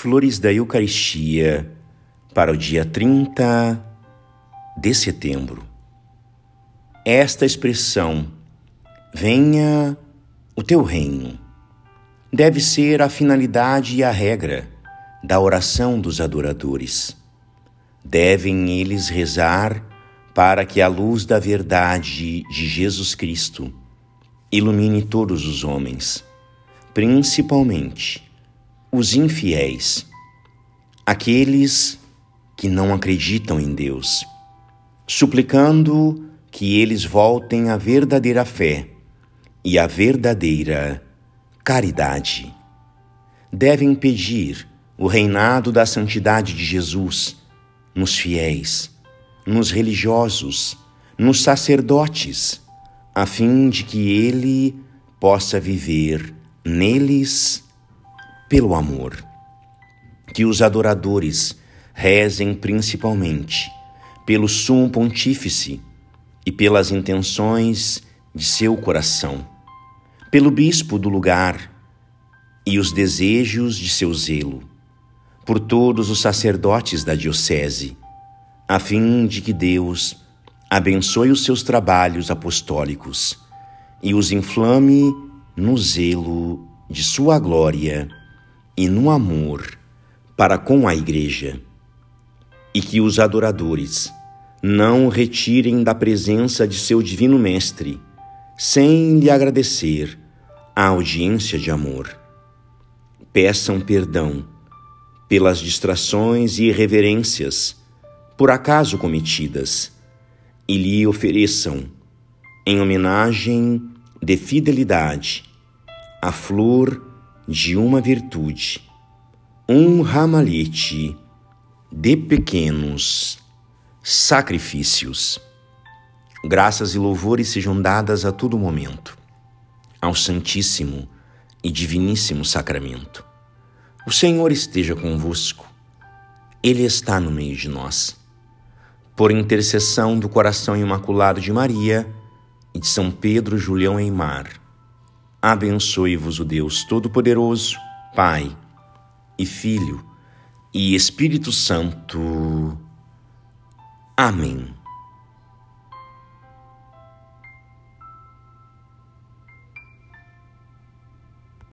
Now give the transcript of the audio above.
Flores da Eucaristia para o dia 30 de setembro. Esta expressão, venha o teu reino, deve ser a finalidade e a regra da oração dos adoradores. Devem eles rezar para que a luz da verdade de Jesus Cristo ilumine todos os homens, principalmente os infiéis, aqueles que não acreditam em Deus, suplicando que eles voltem à verdadeira fé e à verdadeira caridade. Devem pedir o reinado da santidade de Jesus nos fiéis, nos religiosos, nos sacerdotes, a fim de que Ele possa viver neles pelo amor. Que os adoradores rezem principalmente pelo sumo pontífice e pelas intenções de seu coração, pelo bispo do lugar e os desejos de seu zelo, por todos os sacerdotes da diocese, a fim de que Deus abençoe os seus trabalhos apostólicos e os inflame no zelo de sua glória e no amor para com a Igreja. E que os adoradores não o retirem da presença de seu divino Mestre, sem lhe agradecer a audiência de amor. Peçam perdão pelas distrações e irreverências por acaso cometidas e lhe ofereçam, em homenagem de fidelidade, a flor de uma virtude, um ramalhete de pequenos sacrifícios. Graças e louvores sejam dadas a todo momento ao Santíssimo e Diviníssimo Sacramento. O Senhor esteja convosco. Ele está no meio de nós. Por intercessão do coração imaculado de Maria e de São Pedro Julião Eymar, abençoe-vos o Deus Todo-Poderoso, Pai e Filho e Espírito Santo. Amém.